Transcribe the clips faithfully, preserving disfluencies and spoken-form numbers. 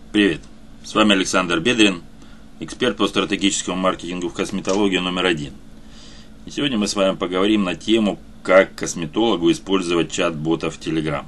Привет, с вами Александр Бедрин, эксперт по стратегическому маркетингу в косметологии номер один. И сегодня мы с вами поговорим на тему, как косметологу использовать чат-ботов в Telegram.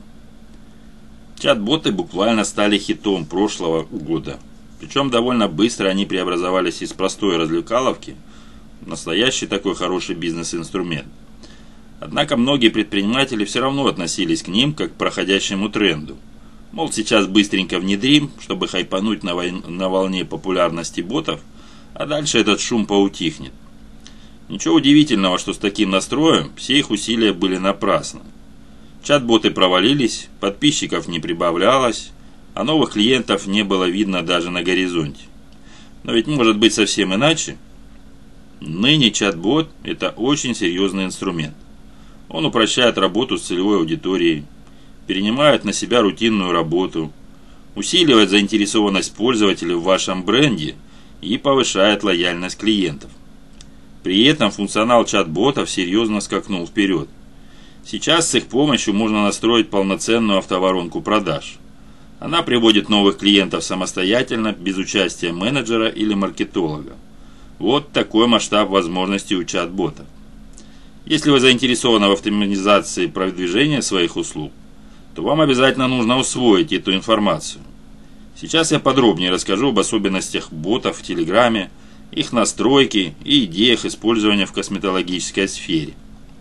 Чат-боты буквально стали хитом прошлого года. Причем довольно быстро они преобразовались из простой развлекаловки в настоящий такой хороший бизнес-инструмент. Однако многие предприниматели все равно относились к ним как к проходящему тренду. Мол, сейчас быстренько внедрим, чтобы хайпануть на, вой... на волне популярности ботов, а дальше этот шум поутихнет. Ничего удивительного, что с таким настроем все их усилия были напрасны. Чат-боты провалились, подписчиков не прибавлялось, а новых клиентов не было видно даже на горизонте. Но ведь может быть совсем иначе. Ныне чат-бот – это очень серьезный инструмент. Он упрощает работу с целевой аудиторией, перенимает на себя рутинную работу, усиливает заинтересованность пользователей в вашем бренде и повышает лояльность клиентов. При этом функционал чат-ботов серьезно скакнул вперед. Сейчас с их помощью можно настроить полноценную автоворонку продаж. Она приводит новых клиентов самостоятельно, без участия менеджера или маркетолога. Вот такой масштаб возможностей у чат-ботов. Если вы заинтересованы в оптимизации продвижения своих услуг, то вам обязательно нужно усвоить эту информацию. Сейчас я подробнее расскажу об особенностях ботов в Телеграме, их настройке и идеях использования в косметологической сфере.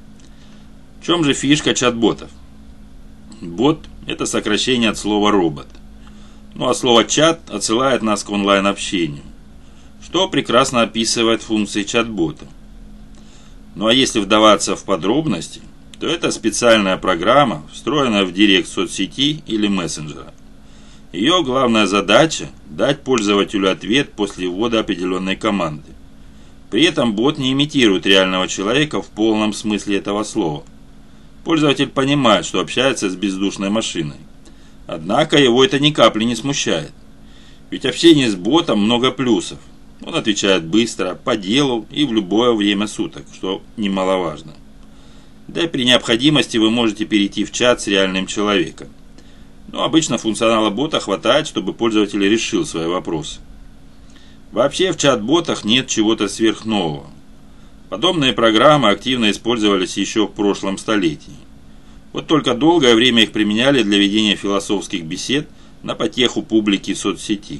В чем же фишка чат-ботов? Бот – это сокращение от слова робот. Ну а слово чат отсылает нас к онлайн-общению, что прекрасно описывает функции чат-бота. Ну а если вдаваться в подробности, то это специальная программа, встроенная в директ соцсети или мессенджера. Ее главная задача – дать пользователю ответ после ввода определенной команды. При этом бот не имитирует реального человека в полном смысле этого слова. Пользователь понимает, что общается с бездушной машиной. Однако его это ни капли не смущает. Ведь общение с ботом много плюсов. Он отвечает быстро, по делу и в любое время суток, что немаловажно. Да и при необходимости вы можете перейти в чат с реальным человеком. Но обычно функционала бота хватает, чтобы пользователь решил свои вопросы. Вообще в чат-ботах нет чего-то сверхнового. Подобные программы активно использовались еще в прошлом столетии. Вот только долгое время их применяли для ведения философских бесед на потеху публики соцсети.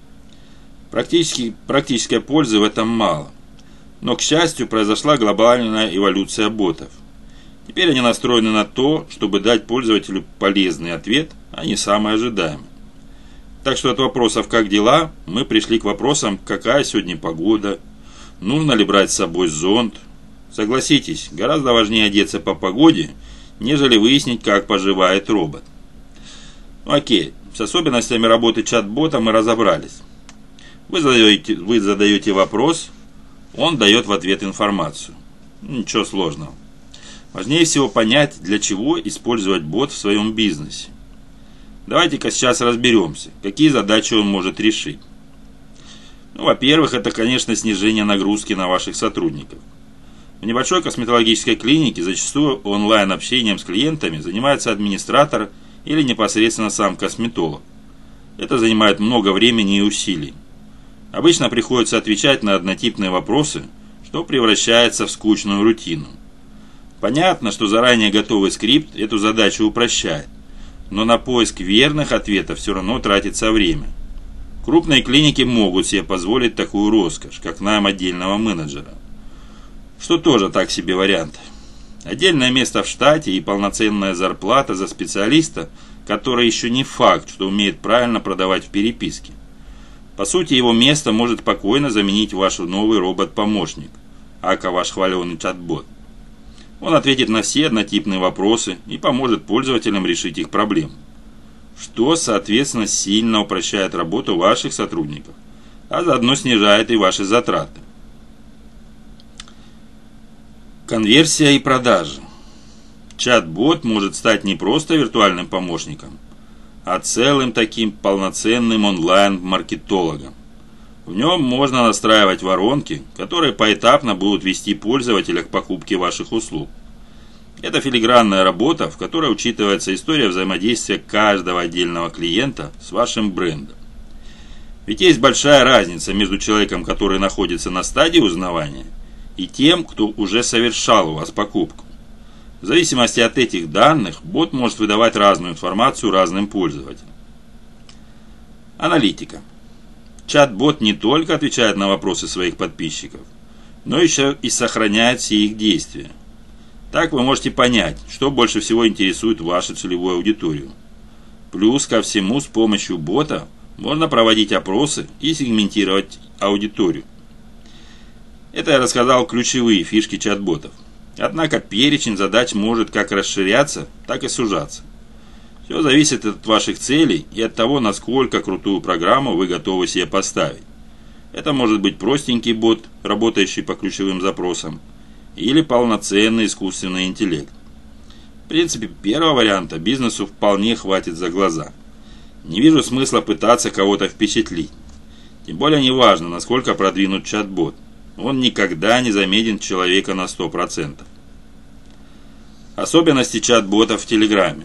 Практически, практической пользы в этом мало. Но, к счастью, произошла глобальная эволюция ботов. Теперь они настроены на то, чтобы дать пользователю полезный ответ, а не самый ожидаемый. Так что от вопросов «как дела» мы пришли к вопросам «какая сегодня погода?», «нужно ли брать с собой зонт?». Согласитесь, гораздо важнее одеться по погоде, нежели выяснить, как поживает робот. Ну, окей, с особенностями работы чат-бота мы разобрались. Вы задаете, вы задаете вопрос, он дает в ответ информацию. Ничего сложного. Важнее всего понять, для чего использовать бот в своем бизнесе. Давайте-ка сейчас разберемся, какие задачи он может решить. Ну, во-первых, это, конечно, снижение нагрузки на ваших сотрудников. В небольшой косметологической клинике зачастую онлайн-общением с клиентами занимается администратор или непосредственно сам косметолог. Это занимает много времени и усилий. Обычно приходится отвечать на однотипные вопросы, что превращается в скучную рутину. Понятно, что заранее готовый скрипт эту задачу упрощает, но на поиск верных ответов все равно тратится время. Крупные клиники могут себе позволить такую роскошь, как найм отдельного менеджера, что тоже так себе вариант. Отдельное место в штате и полноценная зарплата за специалиста, который еще не факт, что умеет правильно продавать в переписке. По сути, его место может спокойно заменить ваш новый робот-помощник, ака ваш хваленый чат-бот. Он ответит на все однотипные вопросы и поможет пользователям решить их проблемы, что, соответственно, сильно упрощает работу ваших сотрудников, а заодно снижает и ваши затраты. Конверсия и продажи. Чат-бот может стать не просто виртуальным помощником, а целым таким полноценным онлайн-маркетологом. В нем можно настраивать воронки, которые поэтапно будут вести пользователя к покупке ваших услуг. Это филигранная работа, в которой учитывается история взаимодействия каждого отдельного клиента с вашим брендом. Ведь есть большая разница между человеком, который находится на стадии узнавания, и тем, кто уже совершал у вас покупку. В зависимости от этих данных, бот может выдавать разную информацию разным пользователям. Аналитика. Чат-бот не только отвечает на вопросы своих подписчиков, но еще и сохраняет все их действия. Так вы можете понять, что больше всего интересует вашу целевую аудиторию. Плюс ко всему, с помощью бота можно проводить опросы и сегментировать аудиторию. Это я рассказал ключевые фишки чат-ботов. Однако перечень задач может как расширяться, так и сужаться. Все зависит от ваших целей и от того, насколько крутую программу вы готовы себе поставить. Это может быть простенький бот, работающий по ключевым запросам, или полноценный искусственный интеллект. В принципе, первого варианта бизнесу вполне хватит за глаза. Не вижу смысла пытаться кого-то впечатлить. Тем более не важно, насколько продвинут чат-бот. Он никогда не заменит человека на сто процентов. Особенности чат-бота в Телеграме.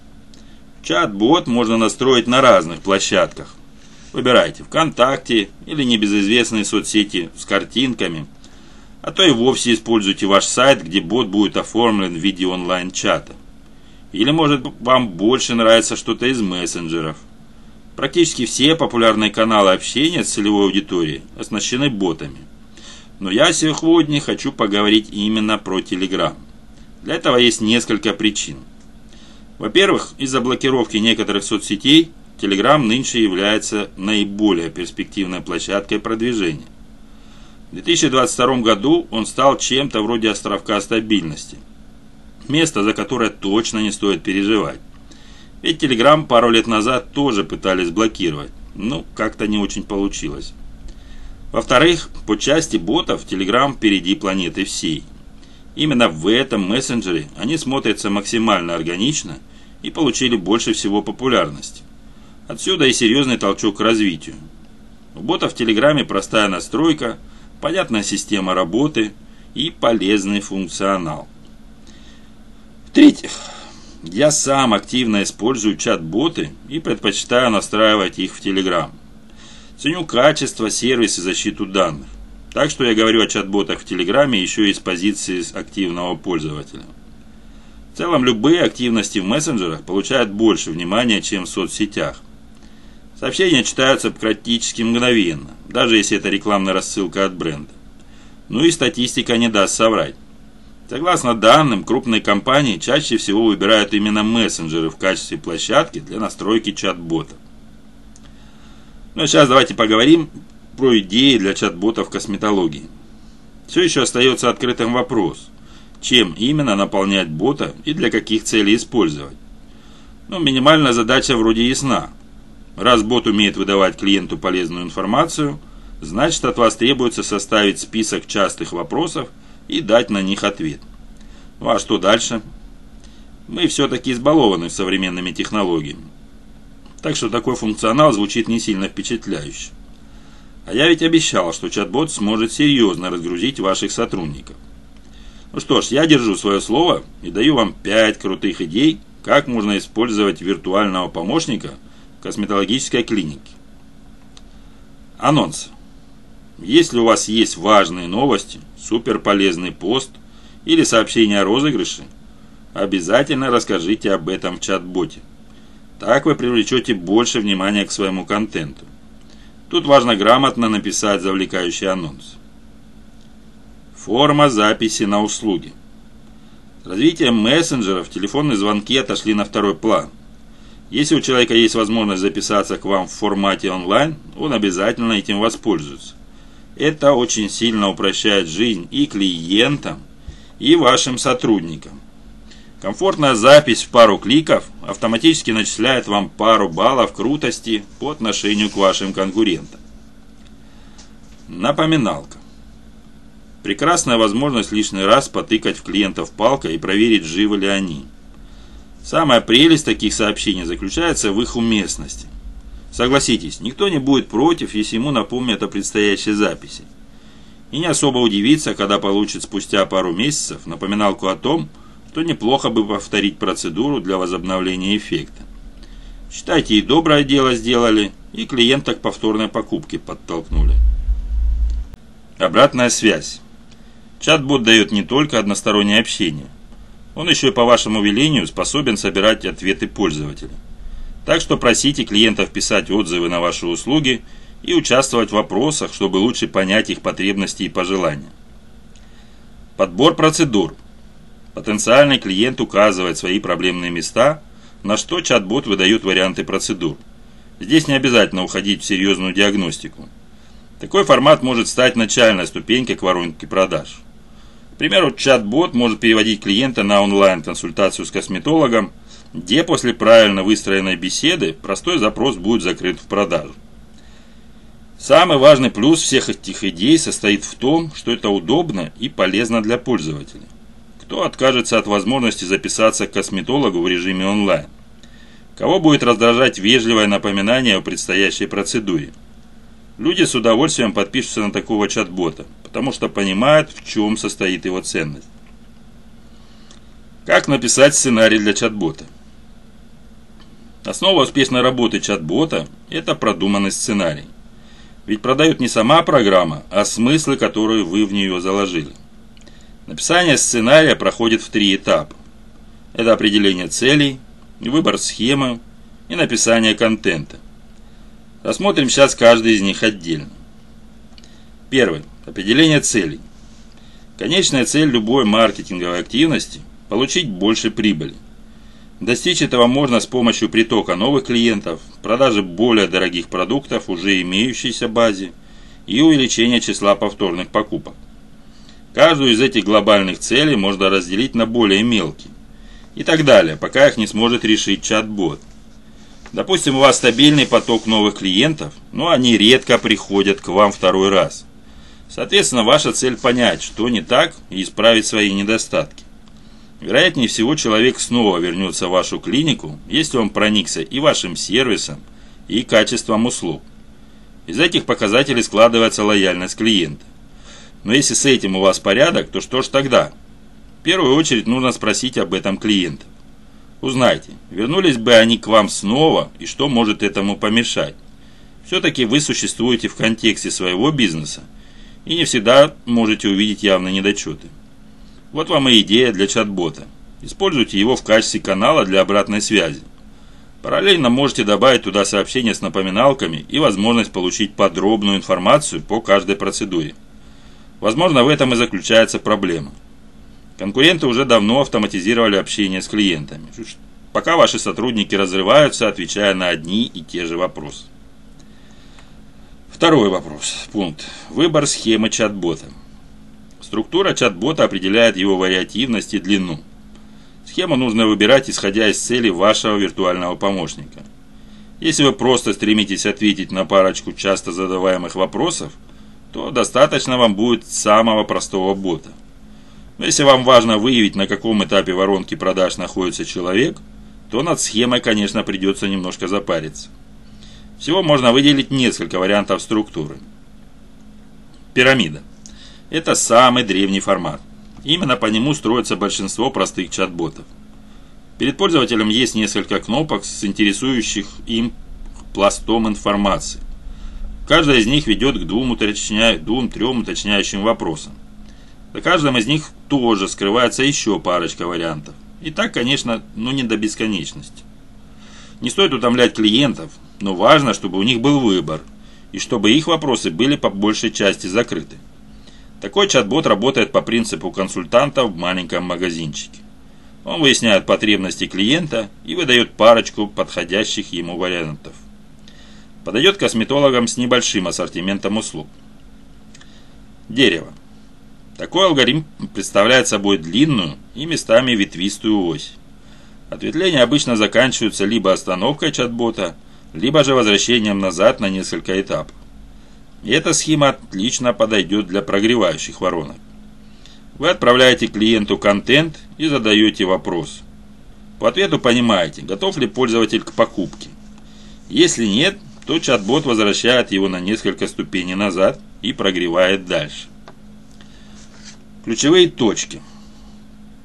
Чат-бот можно настроить на разных площадках. Выбирайте ВКонтакте или небезызвестные соцсети с картинками, а то и вовсе используйте ваш сайт, где бот будет оформлен в виде онлайн-чата. Или может вам больше нравится что-то из мессенджеров. Практически все популярные каналы общения с целевой аудиторией оснащены ботами. Но я сегодня хочу поговорить именно про Telegram. Для этого есть несколько причин. Во-первых, из-за блокировки некоторых соцсетей Telegram нынче является наиболее перспективной площадкой продвижения. В две тысячи двадцать втором году он стал чем-то вроде островка стабильности. Место, за которое точно не стоит переживать. Ведь Telegram пару лет назад тоже пытались блокировать, но как-то не очень получилось. Во-вторых, по части ботов Telegram впереди планеты всей. Именно в этом мессенджере они смотрятся максимально органично и получили больше всего популярности. Отсюда и серьезный толчок к развитию. У бота в Телеграме простая настройка, понятная система работы и полезный функционал. В-третьих, я сам активно использую чат-боты и предпочитаю настраивать их в Telegram. Ценю качество, сервис и защиту данных. Так что я говорю о чат-ботах в Телеграме еще и с позиции активного пользователя. В целом, любые активности в мессенджерах получают больше внимания, чем в соцсетях. Сообщения читаются практически мгновенно, даже если это рекламная рассылка от бренда. Ну и статистика не даст соврать. Согласно данным, крупные компании чаще всего выбирают именно мессенджеры в качестве площадки для настройки чат-бота. Ну а сейчас давайте поговорим про идеи для чат-ботов в косметологии. Все еще остается открытым вопрос, чем именно наполнять бота и для каких целей использовать. Ну, минимальная задача вроде ясна. Раз бот умеет выдавать клиенту полезную информацию, значит от вас требуется составить список частых вопросов и дать на них ответ. Ну а что дальше? Мы все-таки избалованы современными технологиями. Так что такой функционал звучит не сильно впечатляюще. А я ведь обещал, что чат-бот сможет серьезно разгрузить ваших сотрудников. Ну что ж, я держу свое слово и даю вам пять крутых идей, как можно использовать виртуального помощника в косметологической клинике. Анонс. Если у вас есть важные новости, суперполезный пост или сообщение о розыгрыше, обязательно расскажите об этом в чат-боте. Так вы привлечете больше внимания к своему контенту. Тут важно грамотно написать завлекающий анонс. Форма записи на услуги. С развитием мессенджеров телефонные звонки отошли на второй план. Если у человека есть возможность записаться к вам в формате онлайн, он обязательно этим воспользуется. Это очень сильно упрощает жизнь и клиентам, и вашим сотрудникам. Комфортная запись в пару кликов автоматически начисляет вам пару баллов крутости по отношению к вашим конкурентам. Напоминалка. Прекрасная возможность лишний раз потыкать в клиентов палкой и проверить, живы ли они. Самая прелесть таких сообщений заключается в их уместности. Согласитесь, никто не будет против, если ему напомнят о предстоящей записи. И не особо удивится, когда получит спустя пару месяцев напоминалку о том, что неплохо бы повторить процедуру для возобновления эффекта. Считайте, и доброе дело сделали, и клиента к повторной покупке подтолкнули. Обратная связь. Чат-бот дает не только одностороннее общение. Он еще и по вашему велению способен собирать ответы пользователя. Так что просите клиентов писать отзывы на ваши услуги и участвовать в вопросах, чтобы лучше понять их потребности и пожелания. Подбор процедур. Потенциальный клиент указывает свои проблемные места, на что чат-бот выдает варианты процедур. Здесь не обязательно уходить в серьезную диагностику. Такой формат может стать начальной ступенькой к воронке продаж. К примеру, чат-бот может переводить клиента на онлайн-консультацию с косметологом, где после правильно выстроенной беседы простой запрос будет закрыт в продажу. Самый важный плюс всех этих идей состоит в том, что это удобно и полезно для пользователя. Кто откажется от возможности записаться к косметологу в режиме онлайн? Кого будет раздражать вежливое напоминание о предстоящей процедуре? Люди с удовольствием подпишутся на такого чат-бота, потому что понимают, в чем состоит его ценность. Как написать сценарий для чат-бота? Основа успешной работы чат-бота – это продуманный сценарий. Ведь продает не сама программа, а смыслы, которые вы в нее заложили. Написание сценария проходит в три этапа. Это определение целей, выбор схемы и написание контента. Рассмотрим сейчас каждый из них отдельно. Первый. Определение целей. Конечная цель любой маркетинговой активности – получить больше прибыли. Достичь этого можно с помощью притока новых клиентов, продажи более дорогих продуктов уже имеющейся базе и увеличения числа повторных покупок. Каждую из этих глобальных целей можно разделить на более мелкие. И так далее, пока их не сможет решить чат-бот. Допустим, у вас стабильный поток новых клиентов, но они редко приходят к вам второй раз. Соответственно, ваша цель понять, что не так, и исправить свои недостатки. Вероятнее всего, человек снова вернется в вашу клинику, если он проникся и вашим сервисом, и качеством услуг. Из этих показателей складывается лояльность клиента. Но если с этим у вас порядок, то что ж тогда? В первую очередь нужно спросить об этом клиента. Узнайте, вернулись бы они к вам снова и что может этому помешать. Все-таки вы существуете в контексте своего бизнеса и не всегда можете увидеть явные недочеты. Вот вам и идея для чат-бота. Используйте его в качестве канала для обратной связи. Параллельно можете добавить туда сообщения с напоминалками и возможность получить подробную информацию по каждой процедуре. Возможно, в этом и заключается проблема. Конкуренты уже давно автоматизировали общение с клиентами, пока ваши сотрудники разрываются, отвечая на одни и те же вопросы. Второй вопрос. Пункт. Выбор схемы чат-бота. Структура чат-бота определяет его вариативность и длину. Схему нужно выбирать, исходя из цели вашего виртуального помощника. Если вы просто стремитесь ответить на парочку часто задаваемых вопросов, то достаточно вам будет самого простого бота. Но если вам важно выявить, на каком этапе воронки продаж находится человек, то над схемой, конечно, придется немножко запариться. Всего можно выделить несколько вариантов структуры. Пирамида. Это самый древний формат. Именно по нему строится большинство простых чат-ботов. Перед пользователем есть несколько кнопок с интересующих им пластом информации. Каждая из них ведет к двум, уточня... двум-трем уточняющим вопросам. За каждым из них тоже скрывается еще парочка вариантов. И так, конечно, но не до бесконечности. Не стоит утомлять клиентов, но важно, чтобы у них был выбор, и чтобы их вопросы были по большей части закрыты. Такой чат-бот работает по принципу консультанта в маленьком магазинчике. Он выясняет потребности клиента и выдает парочку подходящих ему вариантов. Подойдет косметологам с небольшим ассортиментом услуг. Дерево. Такой алгоритм представляет собой длинную и местами ветвистую ось. Ответвления обычно заканчиваются либо остановкой чат-бота, либо же возвращением назад на несколько этапов. И эта схема отлично подойдет для прогревающих воронок. Вы отправляете клиенту контент и задаете вопрос. По ответу понимаете, готов ли пользователь к покупке. Если нет, то чат-бот возвращает его на несколько ступеней назад и прогревает дальше. Ключевые точки.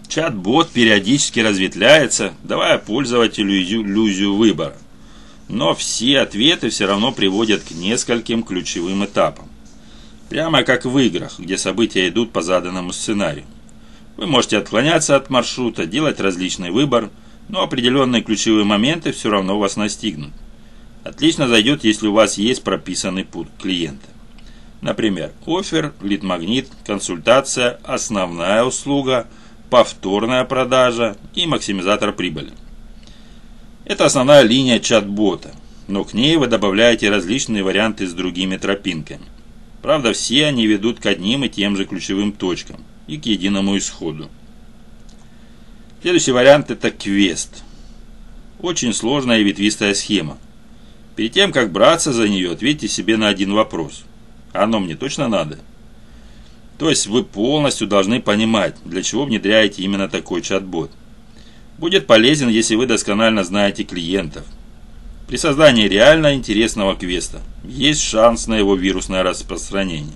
Чат-бот периодически разветвляется, давая пользователю иллюзию выбора. Но все ответы все равно приводят к нескольким ключевым этапам. Прямо как в играх, где события идут по заданному сценарию. Вы можете отклоняться от маршрута, делать различный выбор, но определенные ключевые моменты все равно вас настигнут. Отлично зайдет, если у вас есть прописанный путь клиента. Например, оффер, лид-магнит, консультация, основная услуга, повторная продажа и максимизатор прибыли. Это основная линия чат-бота, но к ней вы добавляете различные варианты с другими тропинками. Правда, все они ведут к одним и тем же ключевым точкам и к единому исходу. Следующий вариант – это квест. Очень сложная и ветвистая схема. Перед тем, как браться за нее, ответьте себе на один вопрос. Оно мне точно надо? То есть вы полностью должны понимать, для чего внедряете именно такой чат-бот. Будет полезен, если вы досконально знаете клиентов. При создании реально интересного квеста есть шанс на его вирусное распространение.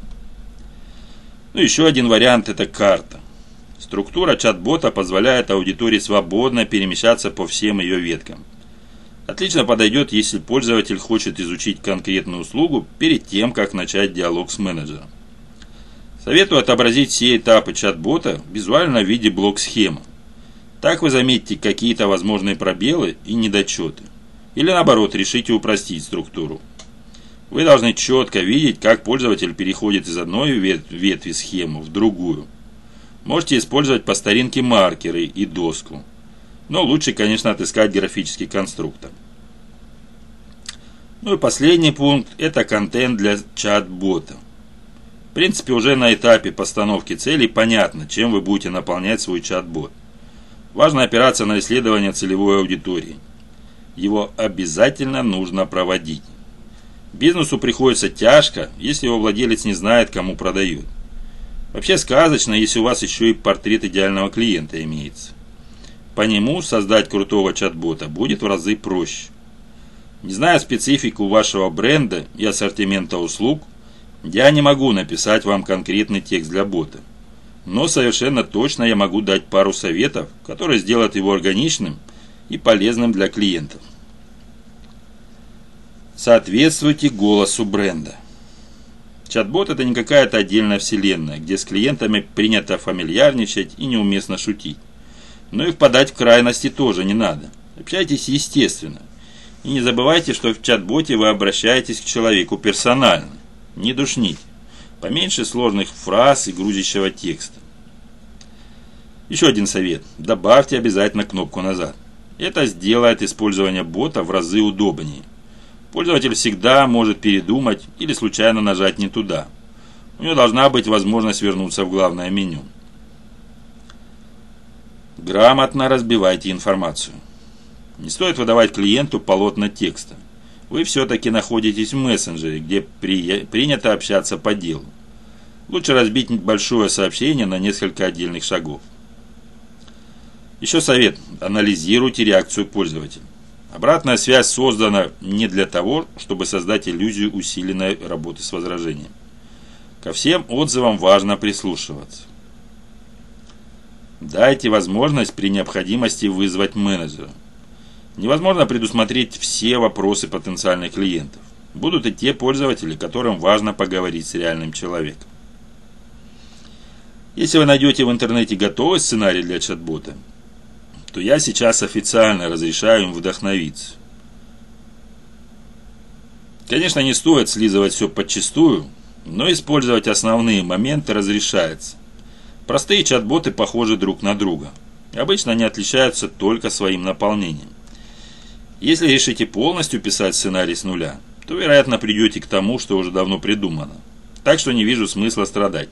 Ну, еще один вариант – это карта. Структура чат-бота позволяет аудитории свободно перемещаться по всем ее веткам. Отлично подойдет, если пользователь хочет изучить конкретную услугу перед тем, как начать диалог с менеджером. Советую отобразить все этапы чат-бота визуально в виде блок-схемы. Так вы заметите какие-то возможные пробелы и недочеты. Или наоборот, решите упростить структуру. Вы должны четко видеть, как пользователь переходит из одной ветви схемы в другую. Можете использовать по старинке маркеры и доску. Но лучше, конечно, отыскать графический конструктор. Ну и последний пункт – это контент для чат-бота. В принципе, уже на этапе постановки целей понятно, чем вы будете наполнять свой чат-бот. Важно опираться на исследование целевой аудитории. Его обязательно нужно проводить. Бизнесу приходится тяжко, если его владелец не знает, кому продает. Вообще сказочно, если у вас еще и портрет идеального клиента имеется. По нему создать крутого чат-бота будет в разы проще. Не зная специфику вашего бренда и ассортимента услуг, я не могу написать вам конкретный текст для бота. Но совершенно точно я могу дать пару советов, которые сделают его органичным и полезным для клиентов. Соответствуйте голосу бренда. Чат-бот – это не какая-то отдельная вселенная, где с клиентами принято фамильярничать и неуместно шутить. Но и впадать в крайности тоже не надо. Общайтесь естественно. И не забывайте, что в чат-боте вы обращаетесь к человеку персонально. Не душните. Поменьше сложных фраз и грузящего текста. Еще один совет. Добавьте обязательно кнопку «Назад». Это сделает использование бота в разы удобнее. Пользователь всегда может передумать или случайно нажать не туда. У него должна быть возможность вернуться в главное меню. Грамотно разбивайте информацию. Не стоит выдавать клиенту полотна текста. Вы все-таки находитесь в мессенджере, где при... принято общаться по делу. Лучше разбить большое сообщение на несколько отдельных шагов. Еще совет. Анализируйте реакцию пользователя. Обратная связь создана не для того, чтобы создать иллюзию усиленной работы с возражением. Ко всем отзывам важно прислушиваться. Дайте возможность при необходимости вызвать менеджера. Невозможно предусмотреть все вопросы потенциальных клиентов. Будут и те пользователи, которым важно поговорить с реальным человеком. Если вы найдете в интернете готовый сценарий для чат-бота, то я сейчас официально разрешаю им вдохновиться. Конечно, не стоит слизывать все подчистую, но использовать основные моменты разрешается. Простые чат-боты похожи друг на друга. Обычно они отличаются только своим наполнением. Если решите полностью писать сценарий с нуля, то, вероятно, придете к тому, что уже давно придумано. Так что не вижу смысла страдать.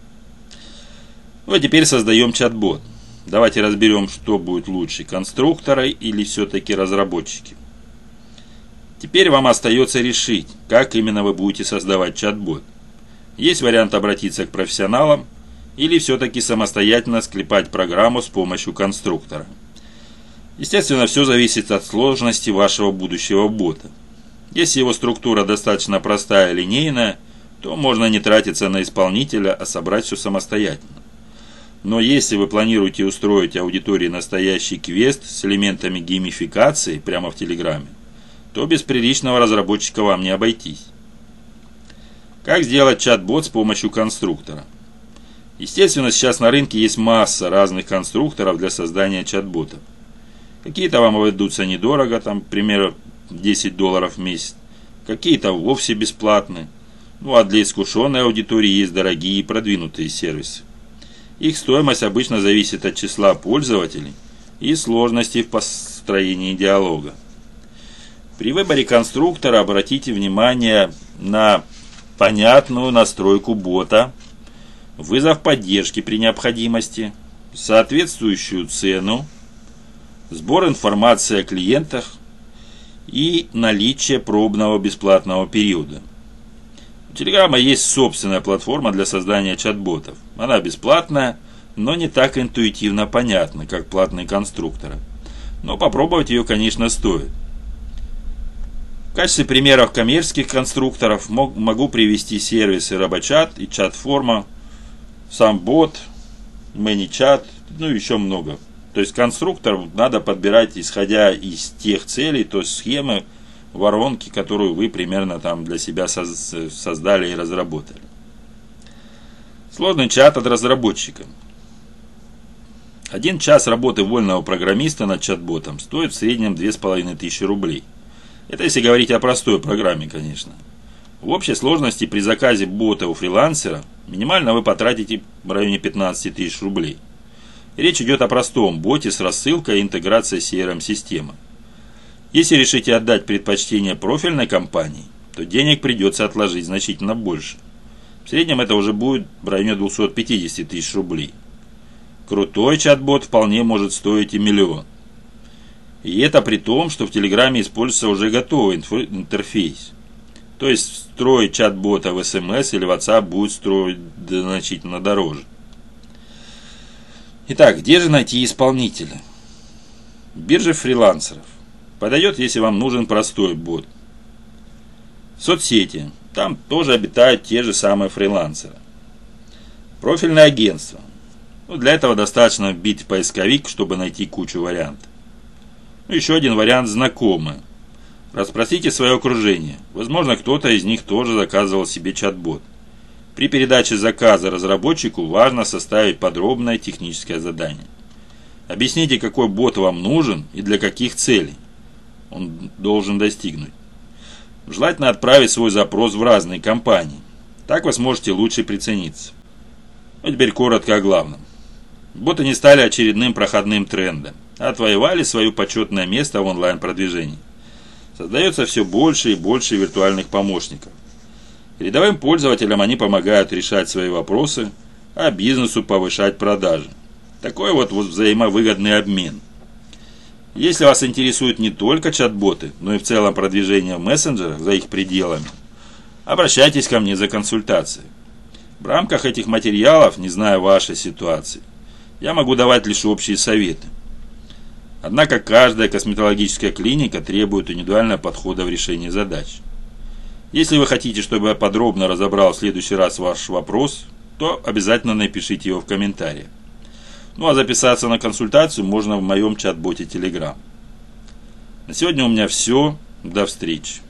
Ну а теперь создаем чат-бот. Давайте разберем, что будет лучше, конструкторы или все-таки разработчики. Теперь вам остается решить, как именно вы будете создавать чат-бот. Есть вариант обратиться к профессионалам или все-таки самостоятельно склепать программу с помощью конструктора. Естественно, все зависит от сложности вашего будущего бота. Если его структура достаточно простая и линейная, то можно не тратиться на исполнителя, а собрать все самостоятельно. Но если вы планируете устроить аудитории настоящий квест с элементами геймификации прямо в Телеграме, то без приличного разработчика вам не обойтись. Как сделать чат-бот с помощью конструктора? Естественно, сейчас на рынке есть масса разных конструкторов для создания чат-ботов. Какие-то вам обойдутся недорого, там, к примеру, десять долларов в месяц. Какие-то вовсе бесплатные. Ну а для искушенной аудитории есть дорогие и продвинутые сервисы. Их стоимость обычно зависит от числа пользователей и сложности в построении диалога. При выборе конструктора обратите внимание на понятную настройку бота, вызов поддержки при необходимости, соответствующую цену, сбор информации о клиентах и наличие пробного бесплатного периода. У Телеграма есть собственная платформа для создания чат-ботов. Она бесплатная, но не так интуитивно понятна, как платные конструкторы. Но попробовать ее, конечно, стоит. В качестве примеров коммерческих конструкторов могу привести сервисы RoboChat и чат-форма, сам бот, ManyChat, ну и еще много. То есть конструктор надо подбирать исходя из тех целей, то есть схемы, воронки, которую вы примерно там для себя создали и разработали. Сложный чат от разработчика. Один час работы вольного программиста над чат-ботом стоит в среднем две тысячи пятьсот рублей. Это если говорить о простой программе, конечно. В общей сложности при заказе бота у фрилансера минимально вы потратите в районе пятнадцать тысяч рублей. Речь идет о простом боте с рассылкой и интеграцией си эр эм-системы. Если решите отдать предпочтение профильной компании, то денег придется отложить значительно больше. В среднем это уже будет в районе двести пятьдесят тысяч рублей. Крутой чат-бот вполне может стоить и миллион. И это при том, что в Телеграме используется уже готовый интерфейс. То есть строить чат-бота в эс эм эс или WhatsApp будет строить значительно дороже. Итак, где же найти исполнителя? Биржа фрилансеров. Подойдет, если вам нужен простой бот. Соцсети. Там тоже обитают те же самые фрилансеры. Профильное агентство. Ну, для этого достаточно вбить в поисковик, чтобы найти кучу вариантов. Ну, еще один вариант – знакомые. Расспросите свое окружение. Возможно, кто-то из них тоже заказывал себе чат-бот. При передаче заказа разработчику важно составить подробное техническое задание. Объясните, какой бот вам нужен и для каких целей он должен достигнуть. Желательно отправить свой запрос в разные компании. Так вы сможете лучше прицениться. Ну, теперь коротко о главном. Боты не стали очередным проходным трендом, а отвоевали свое почетное место в онлайн-продвижении. Создается все больше и больше виртуальных помощников. Рядовым пользователям они помогают решать свои вопросы, а бизнесу повышать продажи. Такой вот, вот взаимовыгодный обмен. Если вас интересуют не только чат-боты, но и в целом продвижение в мессенджерах за их пределами, обращайтесь ко мне за консультацией. В рамках этих материалов, не зная вашей ситуации, я могу давать лишь общие советы. Однако каждая косметологическая клиника требует индивидуального подхода в решении задач. Если вы хотите, чтобы я подробно разобрал в следующий раз ваш вопрос, то обязательно напишите его в комментариях. Ну а записаться на консультацию можно в моем чат-боте Telegram. На сегодня у меня все. До встречи.